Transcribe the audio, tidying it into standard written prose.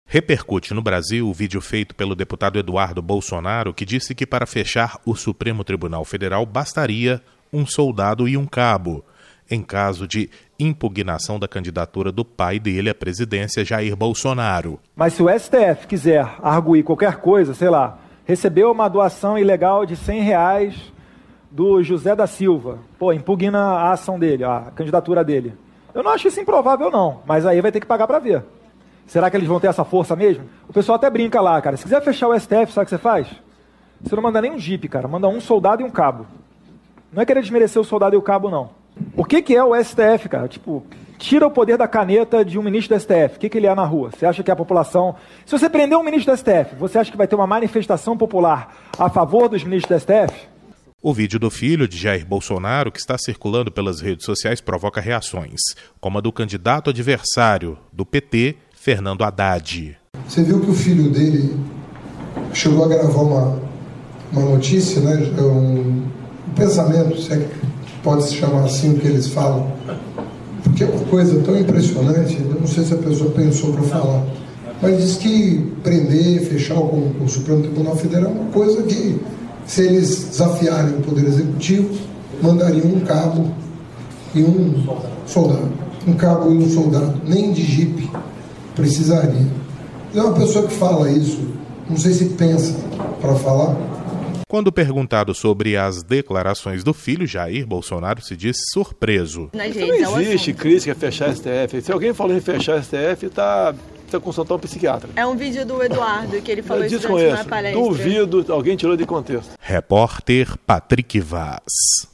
Repercute no Brasil o vídeo feito pelo deputado Eduardo Bolsonaro, que disse que para fechar o Supremo Tribunal Federal bastaria um soldado e um cabo, em caso de impugnação da candidatura do pai dele à presidência, Jair Bolsonaro. Mas se o STF quiser arguir qualquer coisa, sei lá, recebeu uma doação ilegal de R$100 do José da Silva, impugna a ação dele, a candidatura dele. Eu não acho isso improvável não, mas aí vai ter que pagar para ver. Será que eles vão ter essa força mesmo? O pessoal até brinca lá, cara. Se quiser fechar o STF, sabe o que você faz? Você não manda nem um jipe, cara. Manda um soldado e um cabo. Não é querer desmerecer o soldado e o cabo, não. O que é o STF, cara? Tira o poder da caneta de um ministro do STF. O que ele é na rua? Você acha que a população... Se você prender um ministro do STF, você acha que vai ter uma manifestação popular a favor dos ministros do STF? O vídeo do filho de Jair Bolsonaro, que está circulando pelas redes sociais, provoca reações, como a do candidato adversário do PT, Fernando Haddad. Você viu que o filho dele chegou a gravar uma notícia, né? Um pensamento, se é que pode se chamar assim o que eles falam, porque é uma coisa tão impressionante, eu não sei se a pessoa pensou para falar, mas diz que prender, fechar o Supremo Tribunal Federal é uma coisa que, se eles desafiarem o Poder Executivo, mandariam um cabo e um soldado. Um cabo e um soldado, nem de jipe precisaria. É uma pessoa que fala isso, não sei se pensa para falar. Quando perguntado sobre as declarações do filho, Jair Bolsonaro se diz surpreso. Não existe crítica a fechar STF. Se alguém falou em fechar STF, está consultar um psiquiatra. É um vídeo do Eduardo que ele falou isso durante uma palestra. Duvido, alguém tirou de contexto. Repórter Patrick Vaz.